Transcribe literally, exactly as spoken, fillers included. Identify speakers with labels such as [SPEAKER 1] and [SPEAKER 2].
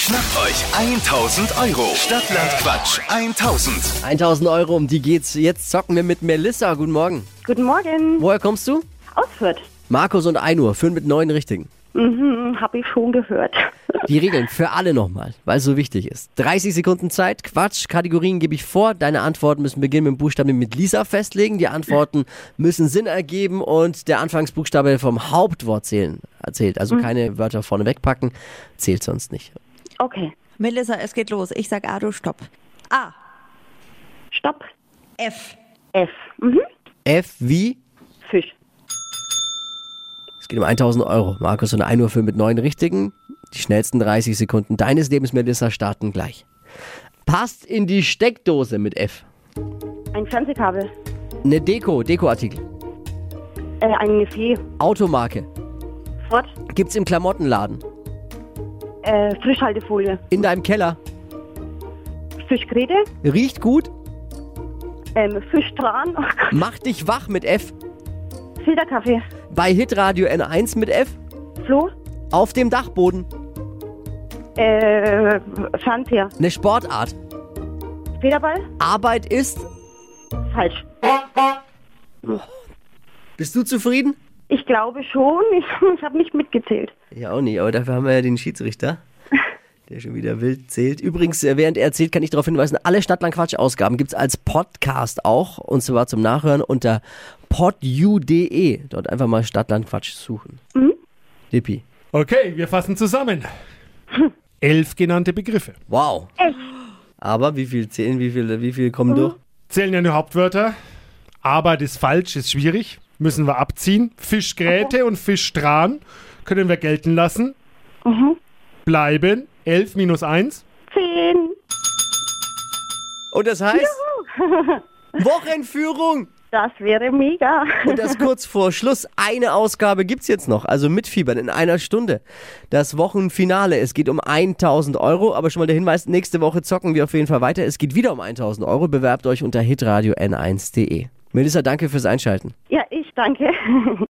[SPEAKER 1] Schnappt euch tausend Euro. Stadtland Quatsch tausend.
[SPEAKER 2] tausend Euro, um die geht's. Jetzt zocken wir mit Melissa. Guten Morgen.
[SPEAKER 3] Guten Morgen.
[SPEAKER 2] Woher kommst du?
[SPEAKER 3] Aus Fürth.
[SPEAKER 2] Markus und Einur führen mit neun Richtigen.
[SPEAKER 3] Mhm, hab ich schon gehört.
[SPEAKER 2] Die Regeln für alle nochmal, weil es so wichtig ist. dreißig Sekunden Zeit, Quatsch, Kategorien gebe ich vor. Deine Antworten müssen beginnen mit dem Buchstaben mit Lisa festlegen. Die Antworten müssen Sinn ergeben und der Anfangsbuchstabe vom Hauptwort zählen, erzählt. Also keine Wörter vorne wegpacken, zählt sonst nicht.
[SPEAKER 3] Okay.
[SPEAKER 4] Melissa, es geht los. Ich sag A, du stopp. A.
[SPEAKER 3] Stopp.
[SPEAKER 4] F.
[SPEAKER 3] F. Mhm.
[SPEAKER 2] F wie?
[SPEAKER 3] Fisch.
[SPEAKER 2] Es geht um tausend Euro. Markus und Einur führen mit neun Richtigen. Die schnellsten dreißig Sekunden deines Lebens, Melissa, starten gleich. Passt in die Steckdose mit F.
[SPEAKER 3] Ein Fernsehkabel.
[SPEAKER 2] Eine Deko, Dekoartikel.
[SPEAKER 3] Äh, ein Gefäß.
[SPEAKER 2] Automarke.
[SPEAKER 3] Fort.
[SPEAKER 2] Gibt's im Klamottenladen.
[SPEAKER 3] Äh, Frischhaltefolie.
[SPEAKER 2] In deinem Keller.
[SPEAKER 3] Fischgräte.
[SPEAKER 2] Riecht gut.
[SPEAKER 3] Ähm, Fischtran. Oh Gott.
[SPEAKER 2] Macht dich wach mit F.
[SPEAKER 3] Filterkaffee.
[SPEAKER 2] Bei Hitradio N eins mit F.
[SPEAKER 3] Flo.
[SPEAKER 2] Auf dem Dachboden.
[SPEAKER 3] Äh, Fernseher.
[SPEAKER 2] Eine Sportart.
[SPEAKER 3] Federball.
[SPEAKER 2] Arbeit ist.
[SPEAKER 3] Falsch.
[SPEAKER 2] Bist du zufrieden?
[SPEAKER 3] Ich glaube schon. Ich, ich habe nicht mitgezählt.
[SPEAKER 2] Ja, auch nicht, aber dafür haben wir ja den Schiedsrichter, der schon wieder wild zählt. Übrigens, während er erzählt, kann ich darauf hinweisen, alle Stadtland-Quatsch-Ausgaben gibt es als Podcast auch, und zwar zum Nachhören unter podu punkt de. Dort einfach mal Stadtland-Quatsch suchen. Mhm. Dippi.
[SPEAKER 5] Okay, wir fassen zusammen. Elf genannte Begriffe.
[SPEAKER 2] Wow.
[SPEAKER 3] Echt?
[SPEAKER 2] Aber wie viel zählen, wie viel, wie viel kommen durch?
[SPEAKER 5] Zählen ja nur Hauptwörter. Arbeit ist falsch, ist schwierig. Müssen wir abziehen. Fischgräte und Fischtran können wir gelten lassen.
[SPEAKER 3] Mhm.
[SPEAKER 5] Bleiben. elf minus eins.
[SPEAKER 3] Zehn.
[SPEAKER 2] Und das heißt, Wochenführung.
[SPEAKER 3] Das wäre mega.
[SPEAKER 2] Und das kurz vor Schluss. Eine Ausgabe gibt's jetzt noch, also mitfiebern in einer Stunde. Das Wochenfinale. Es geht um tausend Euro, aber schon mal der Hinweis, nächste Woche zocken wir auf jeden Fall weiter. Es geht wieder um tausend Euro. Bewerbt euch unter hitradio n eins punkt de. Melissa, danke fürs Einschalten.
[SPEAKER 3] Ja, ich danke.